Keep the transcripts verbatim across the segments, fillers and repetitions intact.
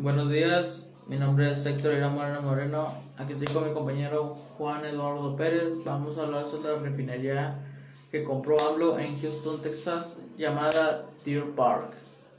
Buenos días, mi nombre es Héctor Irán Moreno Moreno. Aquí estoy con mi compañero Juan Eduardo Pérez. Vamos a hablar sobre la refinería que compró AMLO en Houston, Texas, llamada Deer Park.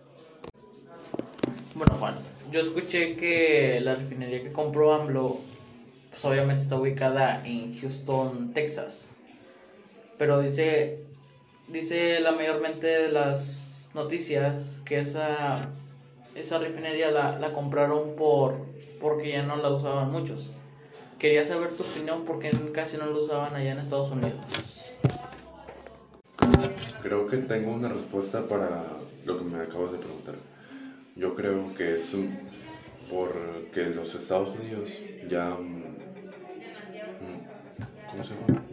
Bueno, Juan, yo escuché que la refinería que compró AMLO, pues obviamente está ubicada en Houston, Texas. Pero dice, dice la mayormente de las noticias que esa esa refinería la, la compraron por porque ya no la usaban muchos. Quería saber tu opinión porque casi no la usaban allá en Estados Unidos. Creo que tengo una respuesta para lo que me acabas de preguntar. Yo creo que es mm, porque los Estados Unidos ya, mm, ¿cómo se llama?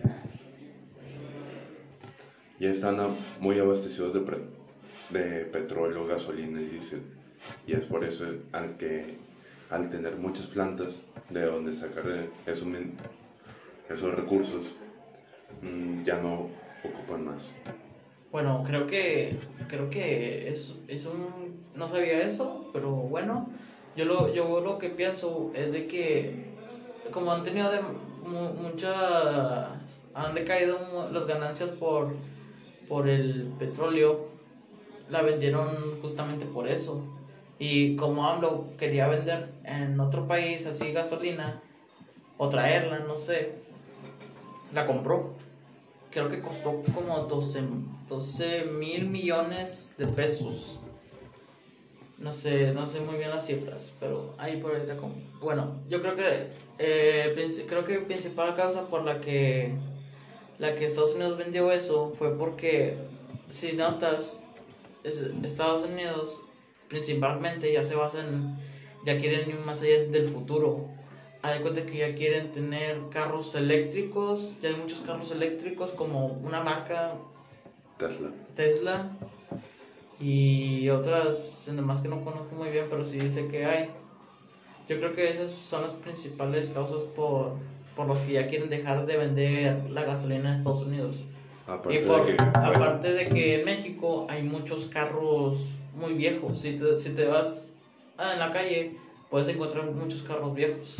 Ya están a- muy abastecidos de, pre- de petróleo, gasolina y diésel. Y es por eso al que al tener muchas plantas de donde sacar eh, esos, min- esos recursos, mm, ya no ocupan más. Bueno, creo que creo que es, es un no sabía eso, pero bueno, yo lo yo lo que pienso es de que como han tenido de mu- muchas han decaído mu- las ganancias por por el petróleo, la vendieron justamente por eso. Y como AMLO quería vender en otro país así gasolina o traerla, no sé, la compró. Creo que costó como doce doce mil millones de pesos. No sé, no sé muy bien las cifras, pero ahí por ahorita como... Bueno, yo creo que eh, creo que principal causa por la que la que Estados Unidos vendió eso fue porque si notas es- Estados Unidos principalmente ya se basa en, ya quieren ir más allá del futuro. Hay de cuenta que ya quieren tener carros eléctricos, ya hay muchos carros eléctricos como una marca Tesla. Tesla y otras demás que no conozco muy bien, pero sí sé que hay. Yo creo que esas son las principales causas por, por las que ya quieren dejar de vender la gasolina en Estados Unidos. Y Aparte de por, que, bueno, aparte de que en México hay muchos carros muy viejos. Si te, si te vas en la calle, puedes encontrar muchos carros viejos.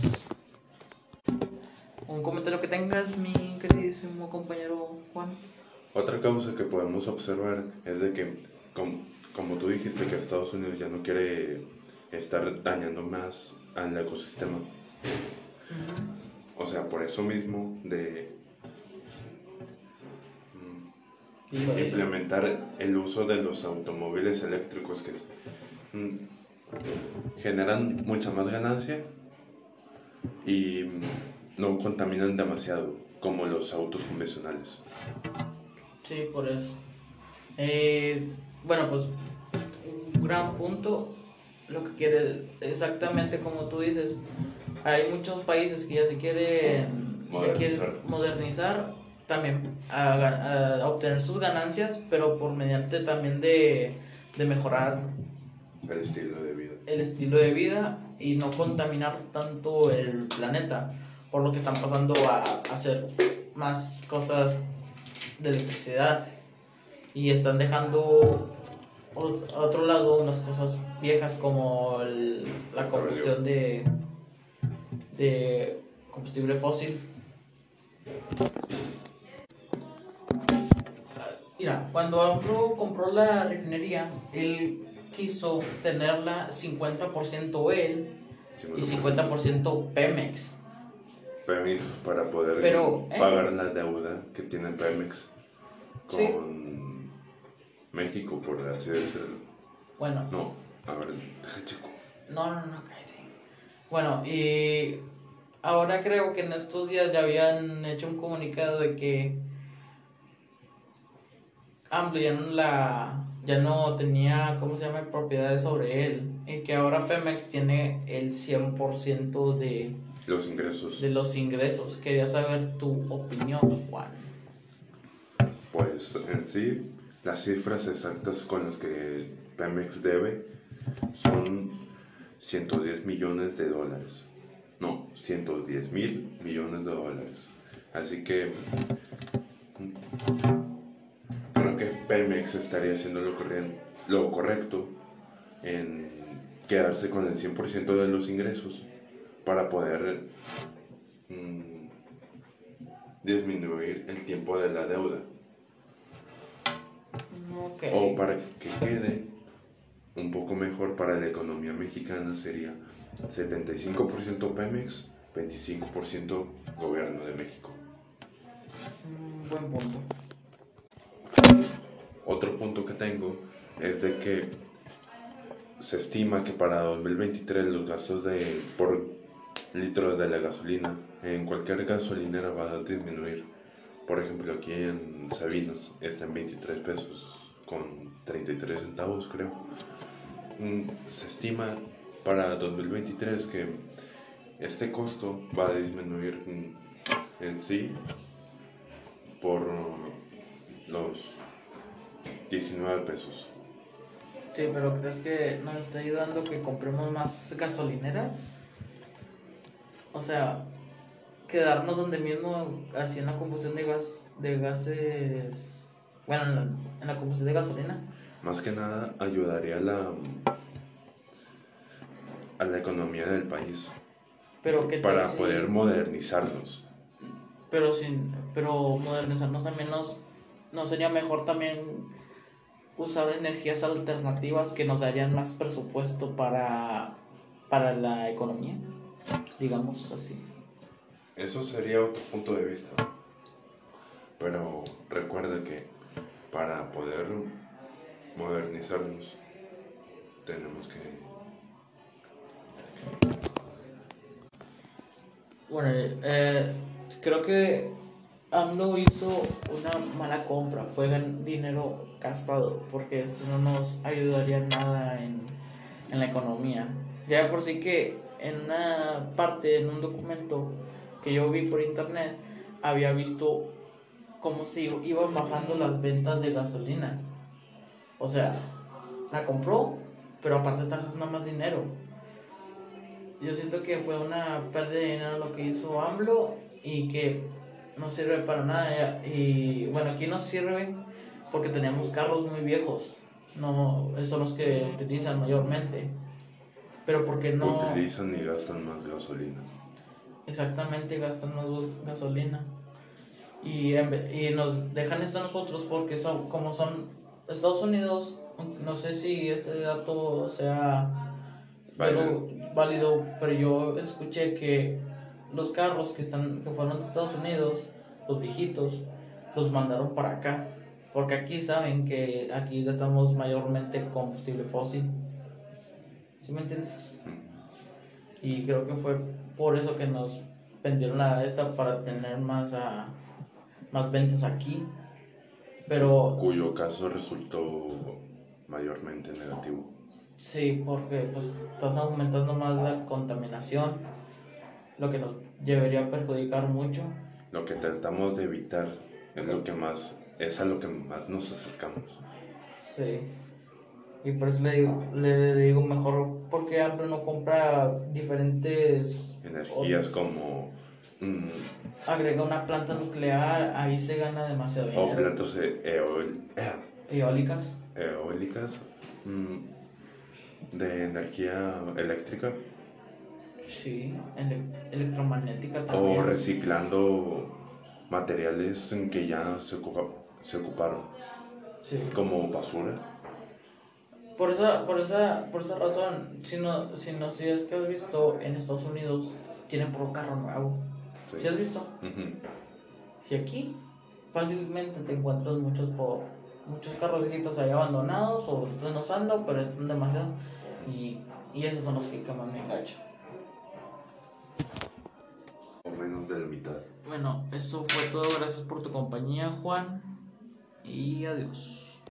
Un comentario que tengas, mi queridísimo compañero Juan. otra causa que podemos observar es de que, com- como tú dijiste, que Estados Unidos ya no quiere estar dañando más al ecosistema. O sea, por eso mismo de Dilo, dilo. implementar el uso de los automóviles eléctricos que mm, generan mucha más ganancia y mm, no contaminan demasiado como los autos convencionales. Sí, por eso. Eh, bueno, pues un gran punto. Lo que quiere, exactamente como tú dices, hay muchos países que ya se quieren, ya quieren Modernizar modernizar también a, a- a obtener sus ganancias, pero por mediante también de, de mejorar el estilo de vida. el estilo de vida y no contaminar tanto el planeta, por lo que están pasando a hacer más cosas de electricidad y están dejando ot- a otro lado unas cosas viejas como el- la Petróleo. combustión de, de combustible fósil. Mira, cuando AMLO compró la refinería, él quiso tenerla cincuenta por ciento él y cincuenta por ciento Pemex. Pemex para poder Pero, ¿eh? pagar la deuda que tiene Pemex Sí. con México, por así decirlo. Bueno, No, a ver, deja chico. no, no, no, cállate. Bueno, y ahora creo que en estos días ya habían hecho un comunicado de que AMLO ya no la ya no tenía, ¿cómo se llama?, propiedades sobre él y que ahora Pemex tiene el cien por ciento de, Los ingresos. de los ingresos. Quería saber tu opinión, Juan. Pues en sí, las cifras exactas con las que Pemex debe son ciento diez millones de dólares. No, ciento diez mil millones de dólares. Así que creo que Pemex estaría haciendo lo, corrien- lo correcto en quedarse con el cien por ciento de los ingresos para poder mmm, disminuir el tiempo de la deuda. Okay. O para que quede un poco mejor para la economía mexicana sería setenta y cinco por ciento Pemex, veinticinco por ciento Gobierno de México. Mm, buen punto. Otro punto que tengo es de que se estima que para dos mil veintitrés los gastos de, por litro de la gasolina en cualquier gasolinera va a disminuir. Por ejemplo, aquí en Sabinos está en veintitrés pesos con treinta y tres centavos, creo. Se estima para dos mil veintitrés que este costo va a disminuir en sí por los diecinueve pesos. Sí, pero ¿crees que nos está ayudando que compremos más gasolineras? O sea, quedarnos donde mismo, así en la combustión de gas, de gases, bueno, en la, en la combustión de gasolina. Más que nada ayudaría a la, a la economía del país. Pero ¿qué tal para si, poder modernizarnos. Pero sin, pero modernizarnos también nos, nos sería mejor también usar energías alternativas que nos darían más presupuesto para, para la economía, digamos así. Eso sería otro punto de vista. Pero recuerda que para poder modernizarnos tenemos que... Bueno, eh, creo que AMLO hizo una mala compra, fue gan- dinero gastado, porque esto no nos ayudaría en nada en, en la economía. Ya de por sí que en una parte, en un documento que yo vi por internet, había visto cómo se iban bajando las ventas de gasolina. O sea, la compró, pero aparte está gastando más dinero. Yo siento que fue una pérdida de dinero lo que hizo AMLO y que no sirve para nada. Y bueno, aquí no sirve porque tenemos carros muy viejos. No, esos son los que utilizan mayormente. Pero porque no utilizan y gastan más gasolina. exactamente gastan más gasolina. Y, y nos dejan esto a nosotros porque son, como son Estados Unidos, no sé si este dato sea pero válido, pero yo escuché que los carros que están que fueron de Estados Unidos, los viejitos, los mandaron para acá, porque aquí saben que aquí gastamos mayormente combustible fósil. ¿Sí me entiendes? Y creo que fue por eso que nos vendieron la esta para tener más a, más ventas aquí. Pero cuyo caso resultó mayormente negativo. sí, porque pues estás aumentando más la contaminación, lo que nos llevaría a perjudicar mucho. Lo que tratamos de evitar es lo que más es a lo que más nos acercamos. Sí. Y por eso le digo, le digo mejor porque Apple no compra diferentes energías o, como mmm, agrega una planta nuclear, ahí se gana demasiado dinero. O plantas eol, eólicas. Eólicas mmm, de energía eléctrica. Sí, ele electromagnética también. O reciclando materiales en que ya se, ocupa, se ocuparon. Sí. Como basura. Por esa, por esa, por esa razón, si no, si no, si es que has visto en Estados Unidos tienen puro carro nuevo. ¿Sí, ¿Sí has visto? Uh-huh. Y aquí fácilmente te encuentras muchos por muchos carros viejitos ahí abandonados o los están usando, pero están demasiado y, y esos son los que queman mi gacho. O menos de la mitad. Bueno, eso fue todo. Gracias por tu compañía, Juan. Y adiós.